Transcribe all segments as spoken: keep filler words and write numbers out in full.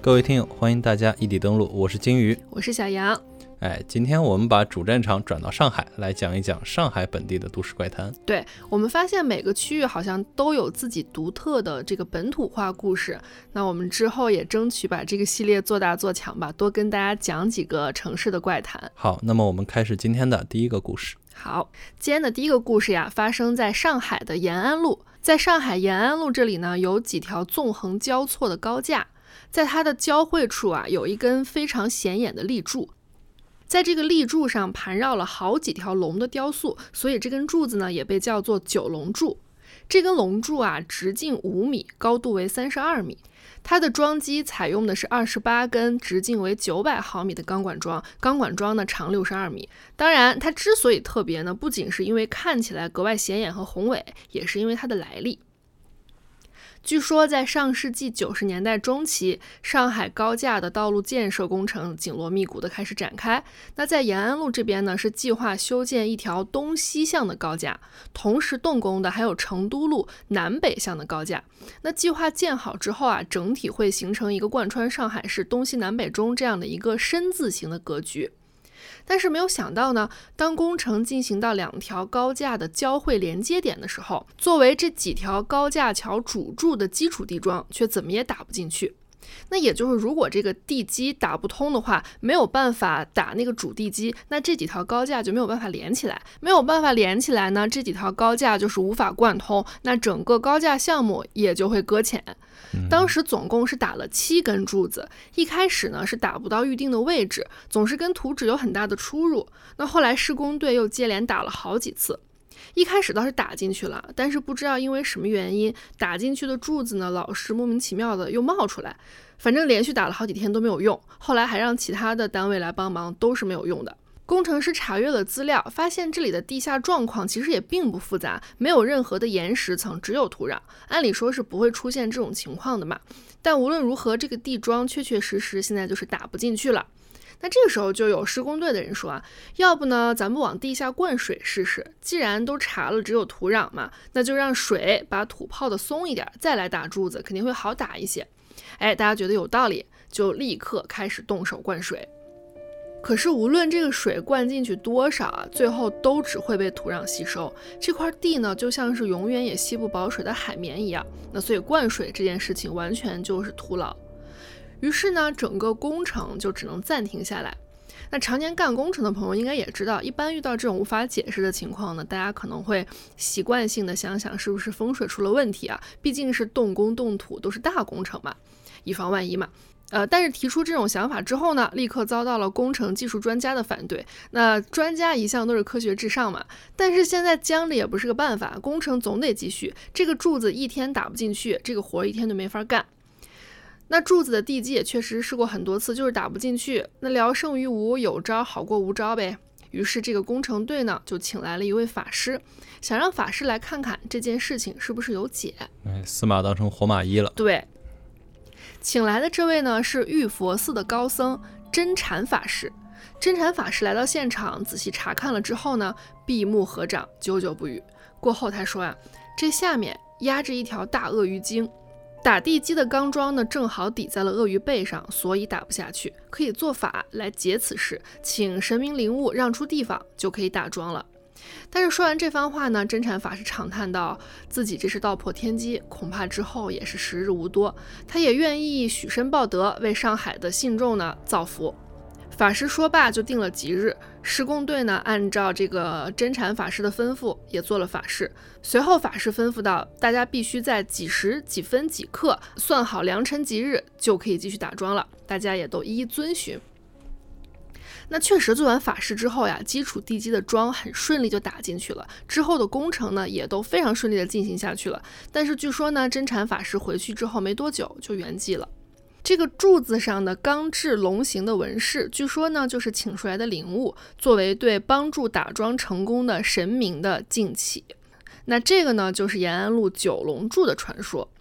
各位听友，欢迎大家异地登录，我是金鱼， 我是小杨。 哎，今天我们把主战场转到上海，来讲一讲上海本地的都市怪谈。 对，我们发现每个区域好像都有自己独特的这个本土化故事，那我们之后也争取把这个系列做大做强吧，多跟大家讲几个城市的怪谈。 好，那么我们开始今天的第一个故事。 好，今天的第一个故事呀，发生在上海的延安路。在上海延安路这里呢，有几条纵横交错的高架，在它的交汇处啊，有一根非常显眼的立柱。在这个立柱上盘绕了好几条龙的雕塑，所以这根柱子呢也被叫做九龙柱。这根龙柱啊，直径五米，高度为三十二米。它的桩基采用的是二十八根直径为九百毫米的钢管桩，钢管桩呢长六十二米。当然，它之所以特别呢，不仅是因为看起来格外显眼和宏伟，也是因为它的来历。据说在上世纪九十年代中期，上海高架的道路建设工程紧锣密鼓地开始展开。那在延安路这边呢，是计划修建一条东西向的高架，同时动工的还有成都路南北向的高架。那计划建好之后啊，整体会形成一个贯穿上海市东西南北中这样的一个深字形的格局。但是没有想到呢，当工程进行到两条高架的交汇连接点的时候，作为这几条高架桥主柱的基础地桩却怎么也打不进去。那也就是如果这个地基打不通的话，没有办法打那个主地基，那这几条高架就没有办法连起来，没有办法连起来呢，这几条高架就是无法贯通，那整个高架项目也就会搁浅。当时总共是打了七根柱子，一开始呢是打不到预定的位置，总是跟图纸有很大的出入。那后来施工队又接连打了好几次，一开始倒是打进去了，但是不知道因为什么原因，打进去的柱子呢老是莫名其妙的又冒出来，反正连续打了好几天都没有用，后来还让其他的单位来帮忙，都是没有用的。工程师查阅了资料，发现这里的地下状况其实也并不复杂，没有任何的岩石层，只有土壤，按理说是不会出现这种情况的嘛。但无论如何，这个地桩确确实实现在就是打不进去了。那这个时候就有施工队的人说啊，要不呢咱们往地下灌水试试，既然都查了只有土壤嘛，那就让水把土泡的松一点，再来打柱子肯定会好打一些。哎，大家觉得有道理，就立刻开始动手灌水。可是无论这个水灌进去多少啊，最后都只会被土壤吸收。这块地呢，就像是永远也吸不饱水的海绵一样。那所以灌水这件事情完全就是徒劳。于是呢，整个工程就只能暂停下来。那常年干工程的朋友应该也知道，一般遇到这种无法解释的情况呢，大家可能会习惯性的想想是不是风水出了问题啊？毕竟是动工动土，都是大工程嘛，以防万一嘛。呃，但是提出这种想法之后呢，立刻遭到了工程技术专家的反对。那专家一向都是科学至上嘛，但是现在僵着也不是个办法，工程总得继续。这个柱子一天打不进去，这个活一天就没法干。那柱子的地基也确实试过很多次，就是打不进去。那聊胜于无，有招好过无招呗。于是这个工程队呢，就请来了一位法师，想让法师来看看这件事情是不是有解。 哎，死马当成活马医了。 对。请来的这位呢是玉佛寺的高僧真禅法师。真禅法师来到现场，仔细查看了之后呢，闭目合掌，久久不语。过后他说啊，这下面压着一条大鳄鱼精，打地基的钢桩呢正好抵在了鳄鱼背上，所以打不下去，可以做法来解此事，请神明灵物让出地方，就可以打桩了。但是说完这番话呢，真禅法师长叹道，自己这是道破天机，恐怕之后也是时日无多。他也愿意许身报德，为上海的信众呢造福。法师说罢就定了吉日，施工队呢按照这个真禅法师的吩咐也做了法事。随后法师吩咐到，大家必须在几时几分几刻算好良辰吉日，就可以继续打桩了。大家也都一一遵循。那确实做完法事之后呀，基础地基的桩很顺利就打进去了，之后的工程呢也都非常顺利的进行下去了。但是据说呢，真禅法师回去之后没多久就圆寂了。这个柱子上的钢制龙形的纹饰，据说呢就是请出来的灵物，作为对帮助打桩成功的神明的敬祈。那这个呢就是延安路九龙柱的传说。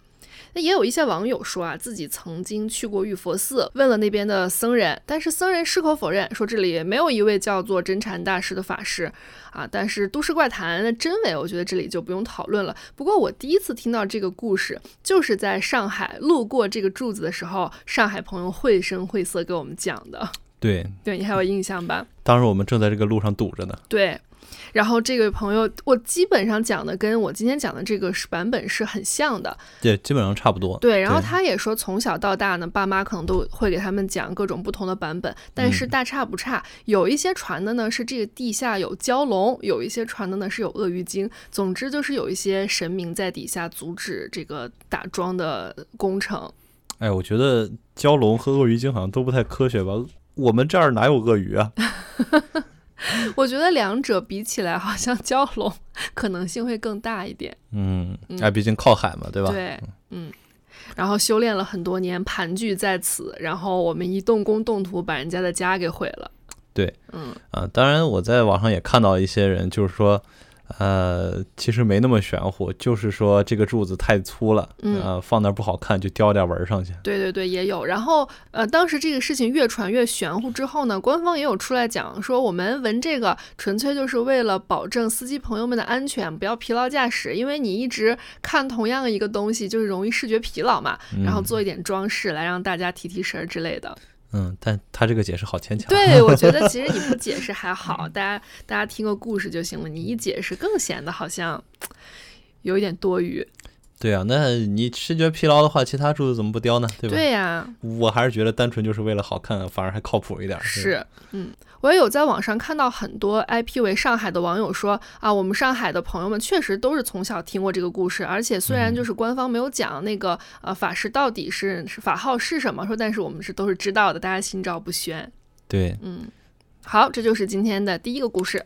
那也有一些网友说啊，自己曾经去过玉佛寺，问了那边的僧人，但是僧人矢口否认，说这里没有一位叫做真禅大师的法师啊。但是都市怪谈的真伪，我觉得这里就不用讨论了。不过我第一次听到这个故事，就是在上海路过这个柱子的时候，上海朋友绘声绘色给我们讲的。 对， 对你还有印象吧？ 当时我们正在这个路上堵着呢。 对。然后这个朋友，我基本上讲的跟我今天讲的这个版本是很像的， 对，基本上差不多。 对，然后他也说从小到大呢，爸妈可能都会给他们讲各种不同的版本，但是大差不差。嗯、有一些传的呢是这个地下有蛟龙，有一些传的呢是有鳄鱼精。总之就是有一些神明在底下阻止这个打桩的工程。 哎，我觉得蛟龙和鳄鱼精好像都不太科学吧？我们这儿哪有鳄鱼啊？ 我觉得两者比起来，好像蛟龙可能性会更大一点。 嗯，哎，毕竟靠海嘛，对吧？ 对，嗯。然后修炼了很多年，盘踞在此，然后我们一动工动土，把人家的家给毁了。 对， 嗯啊，当然我在网上也看到一些人，就是说，呃，其实没那么玄乎，就是说这个柱子太粗了，嗯、呃，放那儿不好看，就雕点纹上去。 对对对，也有。然后，呃，当时这个事情越传越玄乎之后呢，官方也有出来讲说，我们纹这个纯粹就是为了保证司机朋友们的安全，不要疲劳驾驶，因为你一直看同样一个东西，就是容易视觉疲劳嘛。然后做一点装饰来让大家提提神之类的。 嗯，但他这个解释好牵强。 对，我觉得其实你不解释还好，大家大家听个故事就行了。你一解释，更显得好像有一点多余。 对啊，那你视觉疲劳的话，其他柱子怎么不雕呢？对吧？ 对呀、啊， 我还是觉得单纯就是为了好看，反而还靠谱一点。 是，嗯，我也有在网上看到很多 I P 为上海的网友说啊，我们上海的朋友们确实都是从小听过这个故事，而且虽然就是官方没有讲那个、嗯、呃法师到底是是法号是什么，说但是我们是都是知道的，大家心照不宣。 对， 嗯，好，这就是今天的第一个故事。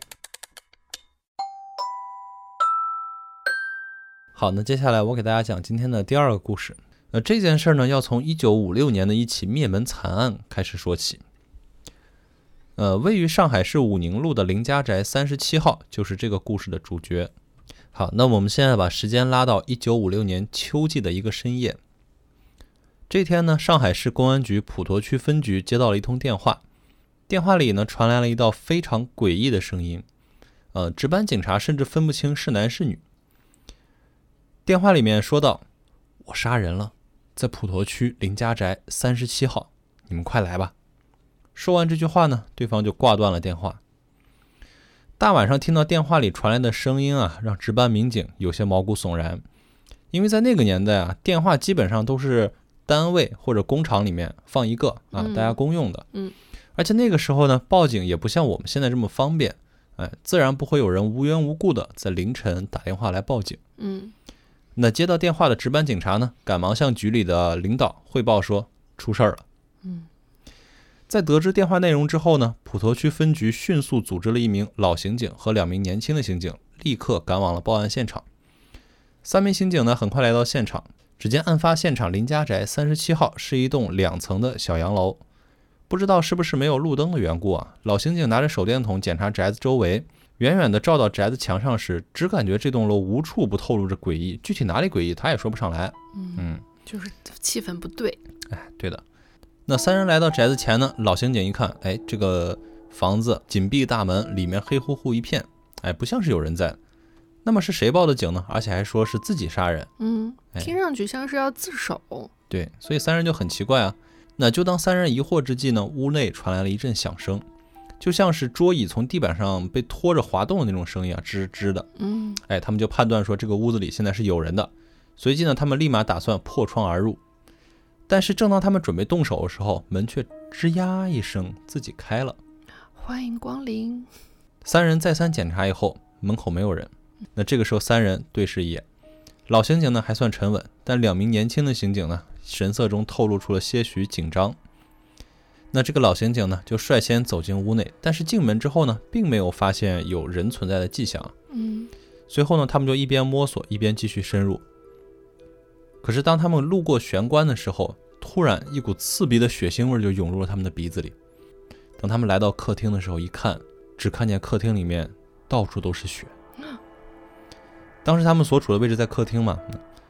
好，那接下来我给大家讲今天的第二个故事。呃，这件事呢，要从一九五六年的一起灭门惨案开始说起。呃，位于上海市武宁路的林家宅三十七号就是这个故事的主角。好，那我们现在把时间拉到一九五六年秋季的一个深夜。这天呢，上海市公安局普陀区分局接到了一通电话，电话里呢传来了一道非常诡异的声音。呃，值班警察甚至分不清是男是女。电话里面说道：“我杀人了，在普陀区林家宅三十七号，你们快来吧。”说完这句话呢，对方就挂断了电话。大晚上听到电话里传来的声音啊，让值班民警有些毛骨悚然，因为在那个年代啊，电话基本上都是单位或者工厂里面放一个啊，大家公用的。 嗯， 而且那个时候呢，报警也不像我们现在这么方便，哎，自然不会有人无缘无故的在凌晨打电话来报警。 嗯。 那接到电话的值班警察呢，赶忙向局里的领导汇报说出事儿了。 嗯， 在得知电话内容之后呢，普陀区分局迅速组织了一名老刑警和两名年轻的刑警，立刻赶往了报案现场。三名刑警呢，很快来到现场，只见案发现场林家宅三十七号是一栋两层的小洋楼。不知道是不是没有路灯的缘故啊，老刑警拿着手电筒检查宅子周围。远远地照到宅子墙上时，只感觉这栋楼无处不透露着诡异，具体哪里诡异他也说不上来。 嗯，嗯就是气氛不对。 哎，对的。那三人来到宅子前呢，老刑警一看，哎，这个房子紧闭大门，里面黑乎乎一片，哎，不像是有人在。那么是谁报的警呢？而且还说是自己杀人。 嗯，听上去像是要自首。 哎、对，所以三人就很奇怪啊。那就当三人疑惑之际呢，屋内传来了一阵响声。就像是桌椅从地板上被拖着滑动的那种声音啊，吱吱的。 嗯， 哎，他们就判断说这个屋子里现在是有人的。随即呢，他们立马打算破窗而入。但是正当他们准备动手的时候，门却吱呀一声自己开了。 欢迎光临。 三人再三检查以后，门口没有人。那这个时候三人对视一眼，老刑警呢还算沉稳，但两名年轻的刑警呢神色中透露出了些许紧张。那这个老刑警呢，就率先走进屋内，但是进门之后呢，并没有发现有人存在的迹象。 嗯， 随后呢，他们就一边摸索，一边继续深入。可是当他们路过玄关的时候，突然一股刺鼻的血腥味就涌入了他们的鼻子里。等他们来到客厅的时候，一看，只看见客厅里面到处都是血。当时他们所处的位置在客厅嘛，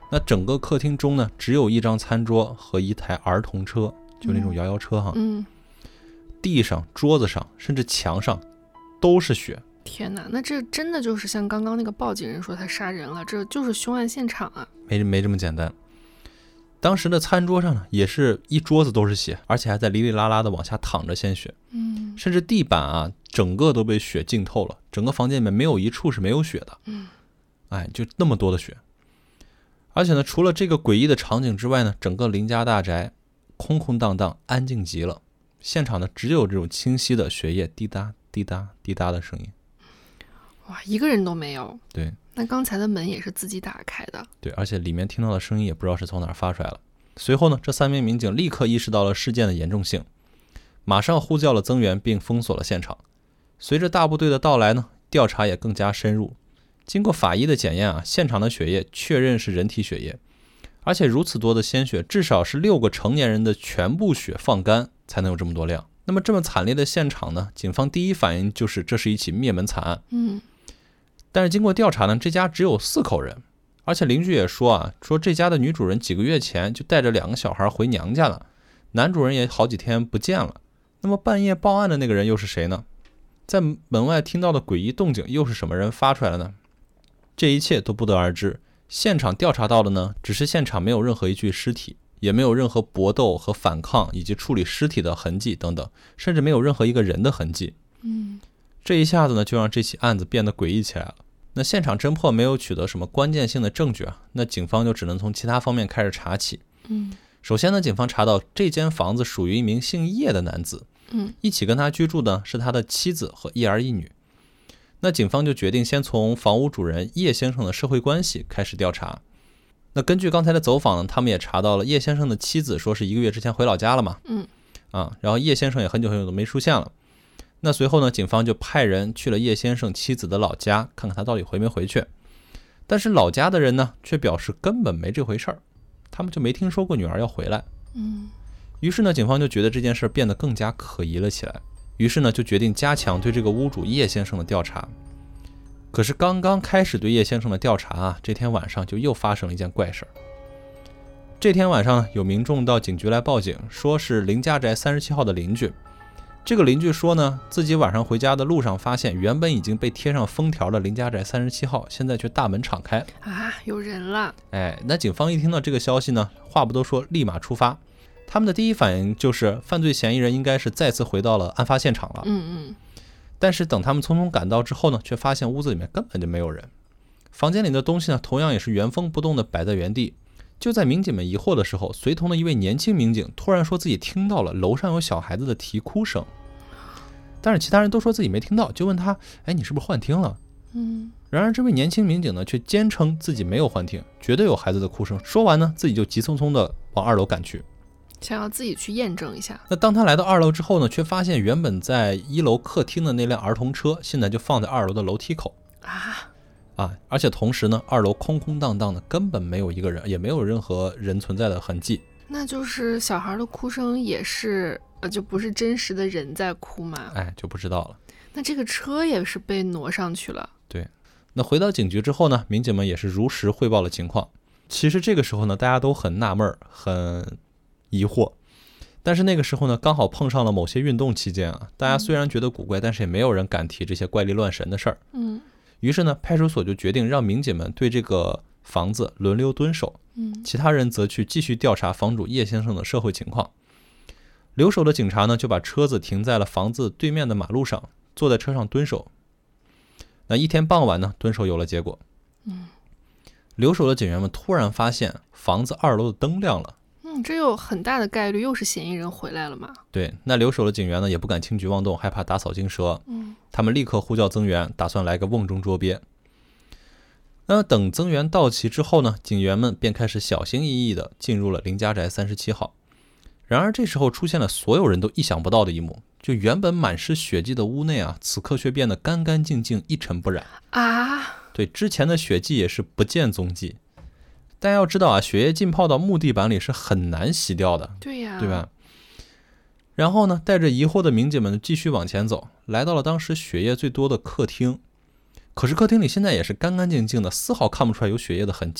那整个客厅中呢，只有一张餐桌和一台儿童车，就那种摇摇车哈。 嗯， 地上、桌子上，甚至墙上都是血。 天哪，那这真的就是像刚刚那个报警人说他杀人了，这就是凶案现场啊！ 没没这么简单。当时的餐桌上呢，也是一桌子都是血，而且还在哩哩啦啦的往下淌着鲜血。 嗯， 甚至地板啊，整个都被血浸透了，整个房间里面没有一处是没有血的。 嗯， 哎，就那么多的血。而且呢，除了这个诡异的场景之外呢，整个林家大宅空空荡荡，安静极了。现场呢，只有这种清晰的血液滴答滴答滴答的声音。 哇，一个人都没有。 对， 那刚才的门也是自己打开的。 对，而且里面听到的声音也不知道是从哪儿发出来了。随后呢，这三名民警立刻意识到了事件的严重性，马上呼叫了增援，并封锁了现场。随着大部队的到来呢，调查也更加深入。经过法医的检验啊，现场的血液确认是人体血液，而且如此多的鲜血，至少是六个成年人的全部血放干才能有这么多量。那么这么惨烈的现场呢，警方第一反应就是这是一起灭门惨案。 嗯， 但是经过调查呢，这家只有四口人，而且邻居也说啊，说这家的女主人几个月前就带着两个小孩回娘家了，男主人也好几天不见了。那么半夜报案的那个人又是谁呢？在门外听到的诡异动静又是什么人发出来的呢？这一切都不得而知。现场调查到的呢，只是现场没有任何一具尸体，也没有任何搏斗和反抗以及处理尸体的痕迹等等，甚至没有任何一个人的痕迹。 嗯， 这一下子呢，就让这起案子变得诡异起来了。那现场侦破没有取得什么关键性的证据啊，那警方就只能从其他方面开始查起。 嗯， 首先呢，警方查到这间房子属于一名姓叶的男子， 嗯， 一起跟他居住的是他的妻子和一儿一女。那警方就决定先从房屋主人叶先生的社会关系开始调查。那根据刚才的走访呢，他们也查到了叶先生的妻子说是一个月之前回老家了嘛， 嗯， 啊，然后叶先生也很久很久都没出现了。那随后呢，警方就派人去了叶先生妻子的老家，看看他到底回没回去。但是老家的人呢，却表示根本没这回事儿，他们就没听说过女儿要回来。 嗯， 于是呢，警方就觉得这件事变得更加可疑了起来。于是呢，就决定加强对这个屋主叶先生的调查。可是刚刚开始对叶先生的调查啊，这天晚上就又发生了一件怪事儿。这天晚上呢，有民众到警局来报警，说是林家宅三十七号的邻居。这个邻居说呢，自己晚上回家的路上发现，原本已经被贴上封条的林家宅三十七号，现在却大门敞开啊，有人了！ 哎，那警方一听到这个消息呢，话不多说，立马出发。他们的第一反应就是犯罪嫌疑人应该是再次回到了案发现场了。 嗯嗯。 但是等他们匆匆赶到之后呢，却发现屋子里面根本就没有人。房间里的东西呢，同样也是原封不动的摆在原地。就在民警们疑惑的时候，随同的一位年轻民警突然说自己听到了楼上有小孩子的啼哭声。但是其他人都说自己没听到，就问他，哎，你是不是幻听了？ 嗯。 然而这位年轻民警呢，却坚称自己没有幻听，绝对有孩子的哭声。说完呢，自己就急匆匆的往二楼赶去， 想要自己去验证一下。 那当他来到二楼之后呢，却发现原本在一楼客厅的那辆儿童车，现在就放在二楼的楼梯口啊啊！而且同时呢，二楼空空荡荡的，根本没有一个人，也没有任何人存在的痕迹。 那就是小孩的哭声也是，呃，就不是真实的人在哭吗？ 哎，就不知道了。 那这个车也是被挪上去了。 对。那回到警局之后呢，民警们也是如实汇报了情况。其实这个时候呢，大家都很纳闷，很疑惑。但是那个时候呢，刚好碰上了某些运动期间啊，大家虽然觉得古怪，但是也没有人敢提这些怪力乱神的事儿。 嗯。 于是呢，派出所就决定让民警们对这个房子轮流蹲守， 嗯， 其他人则去继续调查房主叶先生的社会情况。留守的警察呢，就把车子停在了房子对面的马路上，坐在车上蹲守。那一天傍晚呢，蹲守有了结果。 嗯， 留守的警员们突然发现房子二楼的灯亮了。 嗯，这有很大的概率又是嫌疑人回来了嘛？ 对，那留守的警员呢，也不敢轻举妄动，害怕打草惊蛇。 嗯， 他们立刻呼叫增援，打算来个瓮中捉鳖。那等增援到齐之后呢，警员们便开始小心翼翼地进入了林家宅三十七号。然而这时候出现了所有人都意想不到的一幕，就原本满是血迹的屋内啊，此刻却变得干干净净，一尘不染啊！ 对，之前的血迹也是不见踪迹。大家要知道啊，血液浸泡到木地板里是很难洗掉的， 对呀， 对吧？然后呢，带着疑惑的民警们继续往前走，来到了当时血液最多的客厅。可是客厅里现在也是干干净净的，丝毫看不出来有血液的痕迹。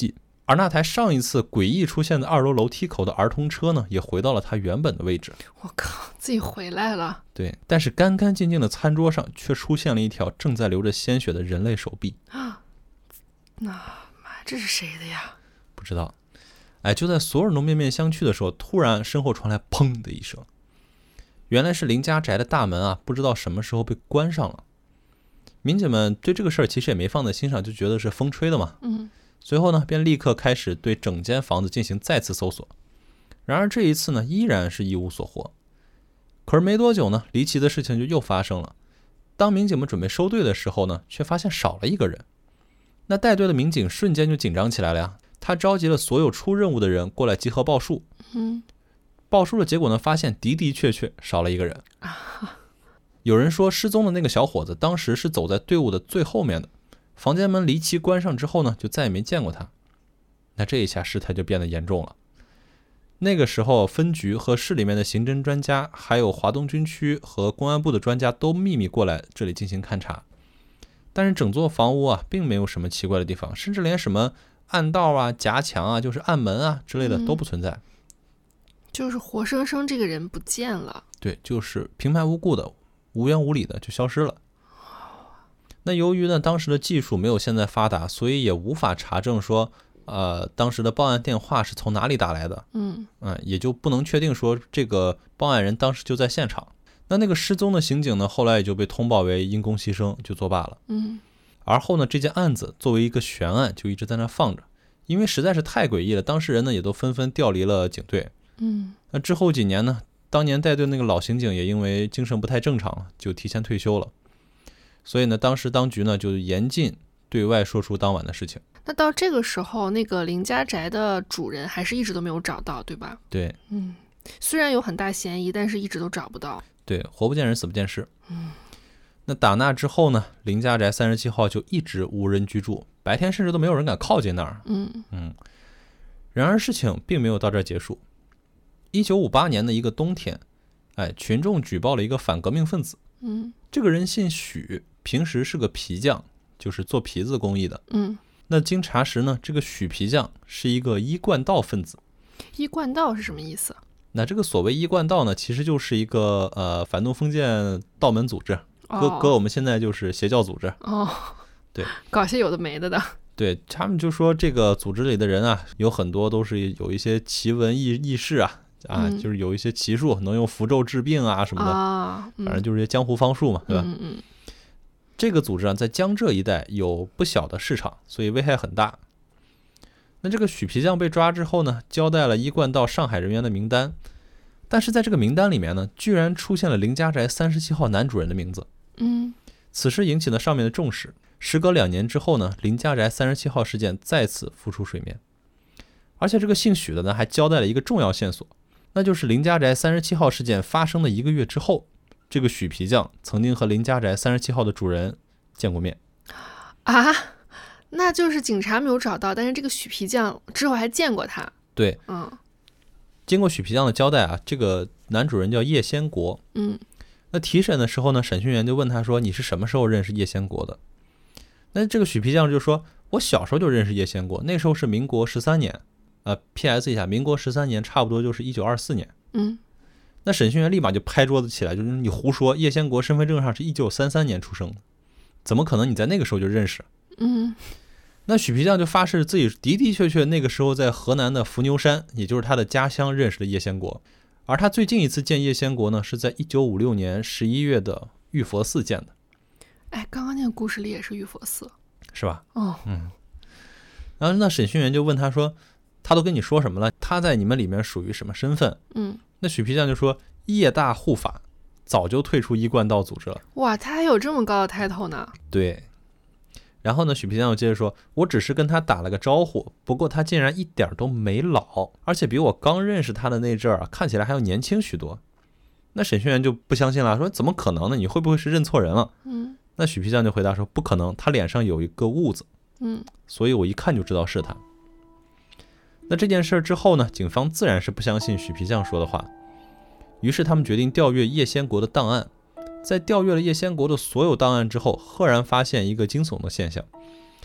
而那台上一次诡异出现在二楼楼梯口的儿童车呢，也回到了它原本的位置。 我靠，自己回来了。 对，但是干干净净的餐桌上却出现了一条正在流着鲜血的人类手臂。 啊，那妈，这是谁的呀？ 不知道。哎，就在所有人都面面相觑的时候，突然身后传来砰的一声。原来是林家宅的大门啊，不知道什么时候被关上了。民警们对这个事儿其实也没放在心上，就觉得是风吹的嘛。 嗯。 随后呢，便立刻开始对整间房子进行再次搜索。然而这一次呢，依然是一无所获。可是没多久呢，离奇的事情就又发生了。当民警们准备收队的时候呢，却发现少了一个人。那带队的民警瞬间就紧张起来了呀。他召集了所有出任务的人过来集合报数。 嗯。 报数的结果呢，发现的的确确少了一个人。有人说失踪的那个小伙子当时是走在队伍的最后面的。房间门离奇关上之后呢，就再也没见过他。那这一下事态就变得严重了。那个时候分局和市里面的刑侦专家，还有华东军区和公安部的专家都秘密过来这里进行勘察。但是整座房屋啊，并没有什么奇怪的地方，甚至连什么暗道啊、夹墙啊、就是暗门啊之类的都不存在。 嗯、就是活生生这个人不见了。 对，就是平白无故的、无缘无理的就消失了。那由于呢，当时的技术没有现在发达，所以也无法查证说，呃，当时的报案电话是从哪里打来的。 嗯嗯，也就不能确定说这个报案人当时就在现场。那那个失踪的刑警呢，后来也就被通报为因公牺牲，就作罢了。 嗯。 而后呢，这件案子作为一个悬案，就一直在那放着，因为实在是太诡异了，当事人呢也都纷纷调离了警队。 嗯。 那之后几年呢，当年带队那个老刑警也因为精神不太正常，就提前退休了。所以呢，当时当局呢就严禁对外说出当晚的事情。 那到这个时候，那个林家宅的主人还是一直都没有找到，对吧？ 对， 嗯，虽然有很大嫌疑，但是一直都找不到。 对，活不见人，死不见尸。 嗯， 那打那之后呢，林家宅三十七号就一直无人居住，白天甚至都没有人敢靠近那儿。 嗯嗯。然而事情并没有到这儿结束。一九五八年的一个冬天，哎，群众举报了一个反革命分子。 嗯， 这个人姓许。平时是个皮匠，就是做皮子工艺的。 嗯， 那经查实呢，这个许皮匠是一个一贯道分子。 一贯道是什么意思？ 那这个所谓一贯道呢，其实就是一个呃反动封建道门组织，搁搁我们现在就是邪教组织。 哦， 对， 搞些有的没的的。 对，他们就说这个组织里的人啊，有很多都是有一些奇闻异异事啊。啊， 嗯、 就是有一些奇术，能用符咒治病啊什么的。 啊嗯、 反正就是些江湖方术嘛，对吧？ 嗯嗯。 这个组织啊，在江浙一带有不小的市场，所以危害很大。那这个许皮匠被抓之后呢，交代了一贯道上海人员的名单，但是在这个名单里面呢，居然出现了林家宅三十七号男主人的名字。 嗯， 此事引起了上面的重视。时隔两年之后呢，林家宅三十七号事件再次浮出水面，而且这个姓许的呢，还交代了一个重要线索，那就是林家宅三十七号事件发生的一个月之后。这个许皮匠曾经和林家宅三十七号的主人见过面啊，那就是警察没有找到，但是这个许皮匠之后还见过他。 对， 嗯， 经过许皮匠的交代啊，这个男主人叫叶先国。 嗯， 那提审的时候呢，审讯员就问他说：“你是什么时候认识叶先国的？”那这个许皮匠就说：“我小时候就认识叶先国，那时候是民国十三年。呃 ，P S 一下，民国十三年差不多就是一九二四年。” 嗯。 那审讯员立马就拍桌子起来，就是你胡说，叶先国身份证上是一九三三年出生的，怎么可能你在那个时候就认识？ 嗯， 那许皮匠就发誓自己的的确确那个时候在河南的伏牛山，也就是他的家乡认识了叶先国，而他最近一次见叶先国呢，是在一九五六年十一月的玉佛寺见的。 哎，刚刚那个故事里也是玉佛寺， 是吧？ 哦， 嗯。然后那审讯员就问他说：“他都跟你说什么了？他在你们里面属于什么身份？” 嗯。 那许皮匠就说：“叶大护法早就退出一贯道组织了。” 哇，他还有这么高的 title 呢？ 对。然后呢，许皮匠又接着说：“我只是跟他打了个招呼，不过他竟然一点都没老，而且比我刚认识他的那阵儿啊，看起来还要年轻许多。”那审讯员就不相信了，说：“怎么可能呢？你会不会是认错人了？” 嗯。 那许皮匠就回答说：“不可能，他脸上有一个痦子， 嗯， 所以我一看就知道是他。”那这件事之后呢，警方自然是不相信许皮匠说的话，于是他们决定调阅叶先国的档案。在调阅了叶先国的所有档案之后，赫然发现一个惊悚的现象，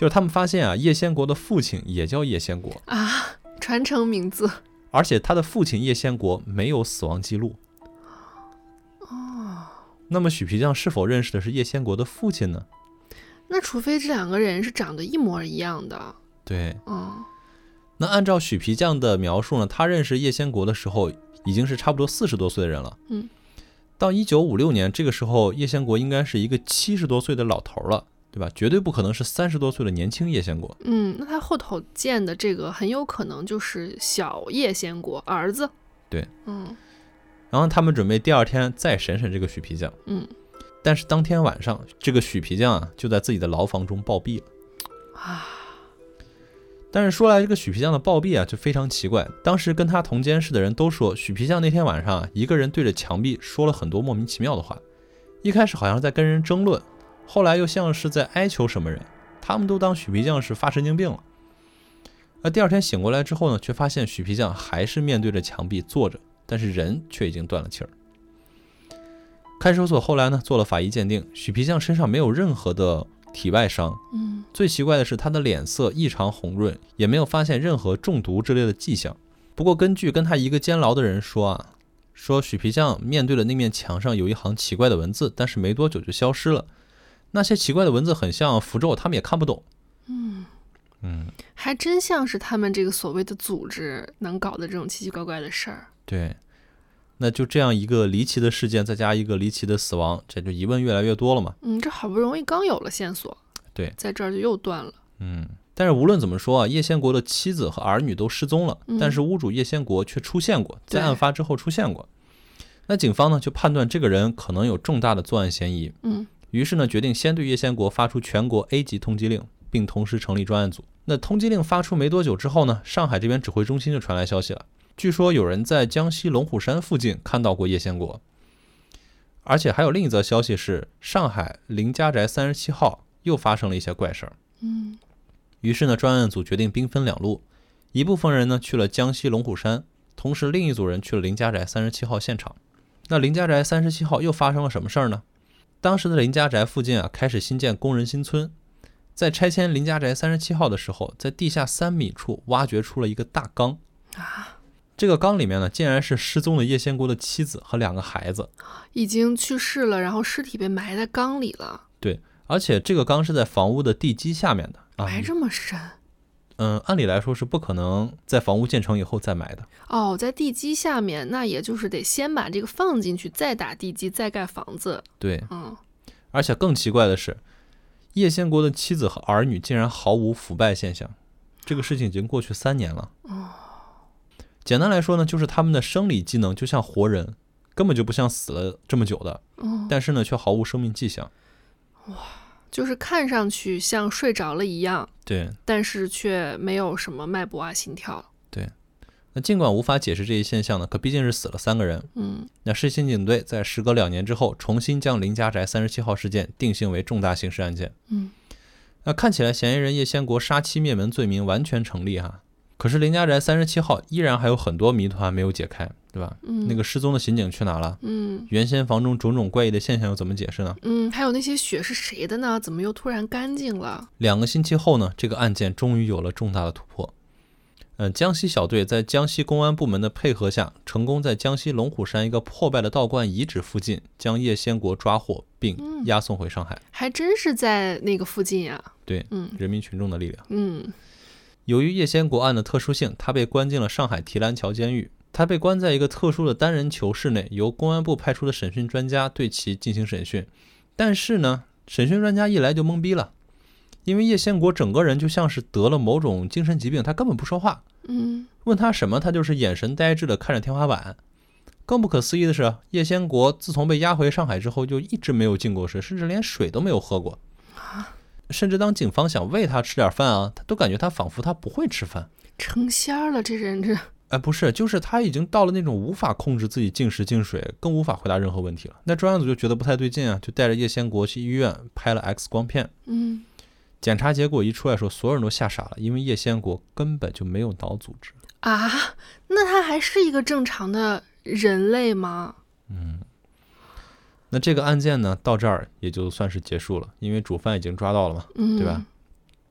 就是他们发现啊，叶先国的父亲也叫叶先国啊，传承名字， 而且他的父亲叶先国没有死亡记录。 哦， 那么许皮匠是否认识的是叶先国的父亲呢？ 那除非这两个人是长得一模一样的。 对， 嗯， 那按照许皮匠的描述呢，他认识叶先国的时候已经是差不多四十多岁的人了。 嗯， 到一九五六年这个时候，叶先国应该是一个七十多岁的老头了，对吧？绝对不可能是三十多岁的年轻叶先国。 嗯，那他后头建的这个很有可能就是小叶先国儿子。 对， 嗯， 然后他们准备第二天再审审这个许皮匠。 嗯， 但是当天晚上，这个许皮匠啊就在自己的牢房中暴毙了。 啊， 但是说来这个许皮匠的暴毙啊就非常奇怪，当时跟他同监室的人都说，许皮匠那天晚上啊一个人对着墙壁说了很多莫名其妙的话，一开始好像在跟人争论，后来又像是在哀求什么人，他们都当许皮匠是发神经病了。而第二天醒过来之后呢，却发现许皮匠还是面对着墙壁坐着，但是人却已经断了气儿。看守所后来呢做了法医鉴定，许皮匠身上没有任何的体外伤。 嗯， 最奇怪的是他的脸色异常红润，也没有发现任何中毒之类的迹象。不过根据跟他一个监牢的人说啊，说许皮匠面对的那面墙上有一行奇怪的文字，但是没多久就消失了。那些奇怪的文字很像符咒，他们也看不懂。 嗯嗯， 还真像是他们这个所谓的组织能搞的这种奇奇怪怪的事儿。 对，那就这样一个离奇的事件，再加一个离奇的死亡，这就疑问越来越多了嘛。 嗯，这好不容易刚有了线索， 对， 在这儿就又断了。 嗯，但是无论怎么说啊，叶先国的妻子和儿女都失踪了， 嗯、 但是屋主叶先国却出现过，在案发之后出现过。那警方呢就判断这个人可能有重大的作案嫌疑。 嗯， 于是呢决定先对叶先国发出全国 A 级通缉令，并同时成立专案组。那通缉令发出没多久之后呢，上海这边指挥中心就传来消息了，据说有人在江西龙虎山附近看到过叶先国。而且还有另一则消息是，上海林家宅三十七号又发生了一些怪事儿。 嗯， 于是呢专案组决定兵分两路，一部分人呢去了江西龙虎山，同时另一组人去了林家宅三十七号现场。那林家宅三十七号又发生了什么事儿呢？当时的林家宅附近啊开始新建工人新村，在拆迁林家宅三十七号的时候，在地下三米处挖掘出了一个大缸啊， 这个缸里面呢竟然是失踪的叶先国的妻子和两个孩子， 已经去世了，然后尸体被埋在缸里了。 对，而且这个缸是在房屋的地基下面的啊， 埋这么深？ 嗯，按理来说是不可能在房屋建成以后再埋的。 哦，在地基下面，那也就是得先把这个放进去，再打地基，再盖房子。 对， 嗯， 而且更奇怪的是，叶先国的妻子和儿女竟然毫无腐败现象，这个事情已经过去三年了。 哦， 简单来说呢，就是他们的生理机能就像活人，根本就不像死了这么久的， 哦， 但是呢却毫无生命迹象。 哇，就是看上去像睡着了一样， 对， 但是却没有什么脉搏啊、心跳。 对，那尽管无法解释这一现象呢，可毕竟是死了三个人。 嗯， 那市刑警队在时隔两年之后，重新将林家宅三十七号事件定性为重大刑事案件。 嗯， 那看起来嫌疑人叶先国杀妻灭门罪名完全成立哈，可是林家宅三十七号依然还有很多谜团没有解开，对吧？ 嗯， 那个失踪的刑警去哪了？ 嗯， 原先房中种种怪异的现象又怎么解释呢？ 嗯，还有那些血是谁的呢？怎么又突然干净了？ 两个星期后呢，这个案件终于有了重大的突破。呃，江西小队在江西公安部门的配合下，成功在江西龙虎山一个破败的道观遗址附近将叶先国抓获并押送回上海。 嗯、还真是在那个附近啊。 对， 嗯， 人民群众的力量。 嗯， 由于叶先国案的特殊性，他被关进了上海提篮桥监狱。他被关在一个特殊的单人囚室内，由公安部派出的审讯专家对其进行审讯。但是呢，审讯专家一来就懵逼了，因为叶先国整个人就像是得了某种精神疾病，他根本不说话。 嗯， 问他什么，他就是眼神呆滞的看着天花板。更不可思议的是，叶先国自从被押回上海之后，就一直没有进过食，甚至连水都没有喝过。甚至当警方想喂他吃点饭啊，他都感觉他仿佛他不会吃饭。 成仙了，这人这…… 哎，不是，就是他已经到了那种无法控制自己进食进水，更无法回答任何问题了。那专案组就觉得不太对劲啊，就带着叶先国去医院拍了 X 光片。 嗯， 检查结果一出来说，所有人都吓傻了，因为叶先国根本就没有脑组织啊！那他还是一个正常的人类吗？ 嗯，那这个案件呢，到这儿也就算是结束了，因为主犯已经抓到了嘛， 嗯， 对吧？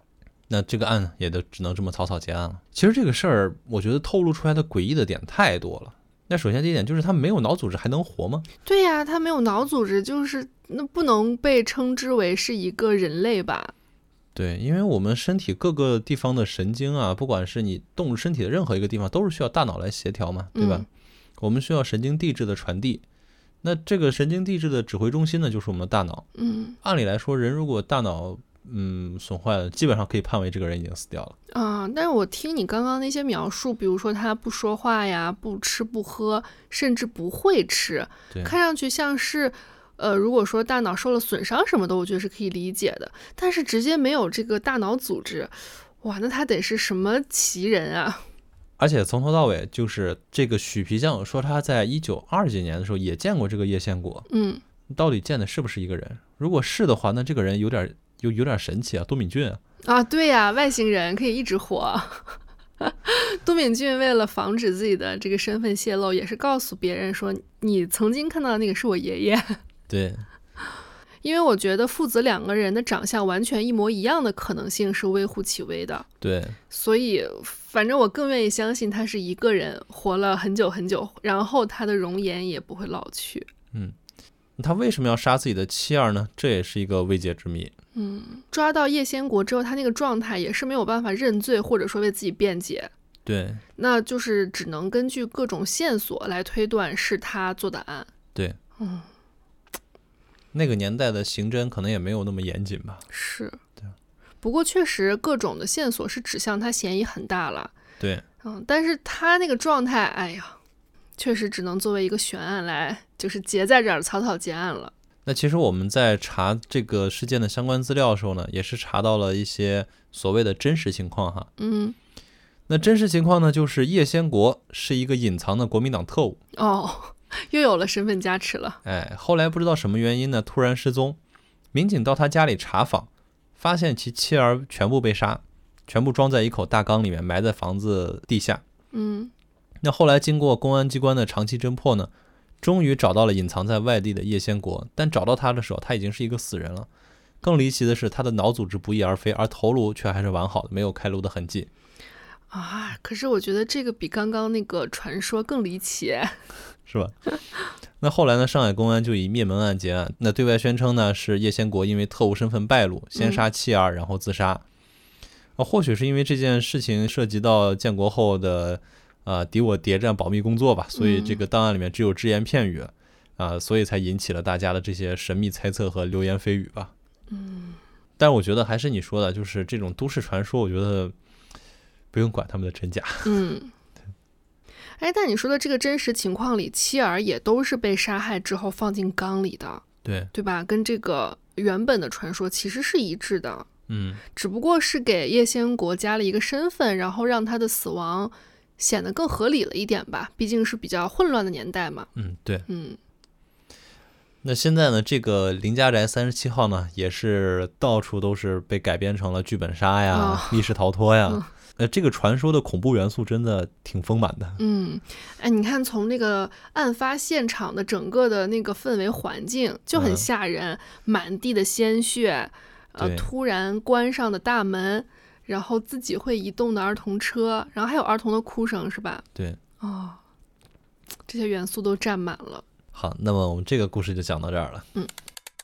那这个案也就只能这么草草结案了。其实这个事儿，我觉得透露出来的诡异的点太多了。那首先第一点就是他没有脑组织还能活吗？ 对呀、啊，他没有脑组织，就是那不能被称之为是一个人类吧？ 对，因为我们身体各个地方的神经啊，不管是你动物身体的任何一个地方，都是需要大脑来协调嘛，对吧？嗯、我们需要神经递质的传递。那这个神经递质的指挥中心呢，就是我们的大脑。 嗯， 按理来说，人如果大脑嗯损坏了，基本上可以判为这个人已经死掉了。 啊、嗯，但是我听你刚刚那些描述，比如说他不说话呀，不吃不喝，甚至不会吃，看上去像是，呃，如果说大脑受了损伤什么的，我觉得是可以理解的。但是直接没有这个大脑组织，哇，那他得是什么奇人啊？ 而且从头到尾就是这个许皮匠说他在一九二几年的时候也见过这个叶先国， 嗯， 到底见的是不是一个人？如果是的话，那这个人有点有有点神奇啊，都敏俊啊。 啊，对呀、啊，外星人可以一直活。都敏俊为了防止自己的这个身份泄露，也是告诉别人说你曾经看到的那个是我爷爷。 对， 因为我觉得父子两个人的长相完全一模一样的可能性是微乎其微的。 对， 所以反正我更愿意相信他是一个人活了很久很久，然后他的容颜也不会老去。 嗯，他为什么要杀自己的妻儿呢？这也是一个未解之谜。 嗯，抓到叶先国之后，他那个状态也是没有办法认罪，或者说为自己辩解。 对， 那就是只能根据各种线索来推断是他做的案。 对， 嗯， 那个年代的刑侦可能也没有那么严谨吧。 是， 对。 不过确实各种的线索是指向他嫌疑很大了。 对， 嗯，但是他那个状态，哎呀，确实只能作为一个悬案来，就是结在这儿，草草结案了。 那其实我们在查这个事件的相关资料的时候呢，也是查到了一些所谓的真实情况哈。 嗯， 那真实情况呢，就是叶先国是一个隐藏的国民党特务。 哦，又有了身份加持了。 哎，后来不知道什么原因呢，突然失踪。民警到他家里查访，发现其妻儿全部被杀，全部装在一口大缸里面，埋在房子地下。 嗯， 那后来经过公安机关的长期侦破呢，终于找到了隐藏在外地的叶先国，但找到他的时候，他已经是一个死人了。更离奇的是，他的脑组织不翼而飞，而头颅却还是完好的，没有开颅的痕迹。 啊，可是我觉得这个比刚刚那个传说更离奇， 是吧？那后来呢，上海公安就以灭门案结案，那对外宣称呢是叶先国因为特务身份败露，先杀妻儿，然后自杀。嗯、或许是因为这件事情涉及到建国后的呃敌我谍战保密工作吧，所以这个档案里面只有只言片语啊、呃，所以才引起了大家的这些神秘猜测和流言蜚语吧。 嗯， 但我觉得还是你说的，就是这种都市传说，我觉得不用管他们的真假。 嗯，哎，但你说的这个真实情况里，妻儿也都是被杀害之后放进缸里的， 对对吧？跟这个原本的传说其实是一致的。 嗯， 只不过是给叶先国加了一个身份，然后让他的死亡显得更合理了一点吧，毕竟是比较混乱的年代嘛。 嗯，对， 嗯。 那现在呢，这个林家宅三十七号呢，也是到处都是被改编成了剧本杀呀、 哦、 密室逃脱呀。 嗯呃，这个传说的恐怖元素真的挺丰满的。 嗯，哎，你看从那个案发现场的整个的那个氛围环境就很吓人，嗯、满地的鲜血，呃，突然关上的大门，然后自己会移动的儿童车，然后还有儿童的哭声，是吧？ 对， 哦，这些元素都占满了。 好，那么我们这个故事就讲到这儿了。 嗯。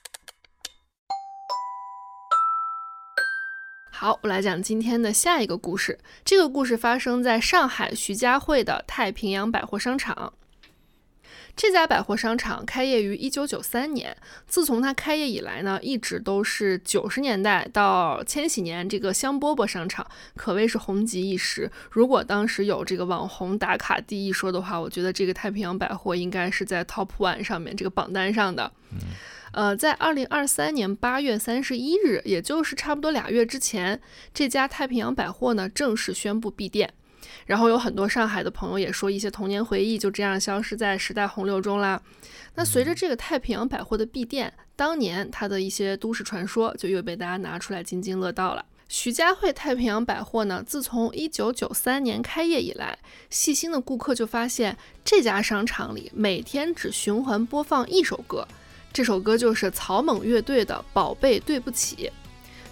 好，我来讲今天的下一个故事。这个故事发生在上海徐家汇的太平洋百货商场。这家百货商场开业于一九九三年，自从它开业以来呢，一直都是九十年代到千禧年这个香饽饽商场，可谓是红极一时。如果当时有这个网红打卡第一说的话，我觉得这个太平洋百货应该是在 Top One 上面这个榜单上的。嗯呃，在二零二三年八月三十一日，也就是差不多俩月之前，这家太平洋百货呢正式宣布闭店。然后有很多上海的朋友也说，一些童年回忆就这样消失在时代洪流中啦。那随着这个太平洋百货的闭店，当年它的一些都市传说就又被大家拿出来津津乐道了。徐家汇太平洋百货呢，自从一九九三年开业以来，细心的顾客就发现这家商场里每天只循环播放一首歌，这首歌就是草蜢乐队的《宝贝对不起》。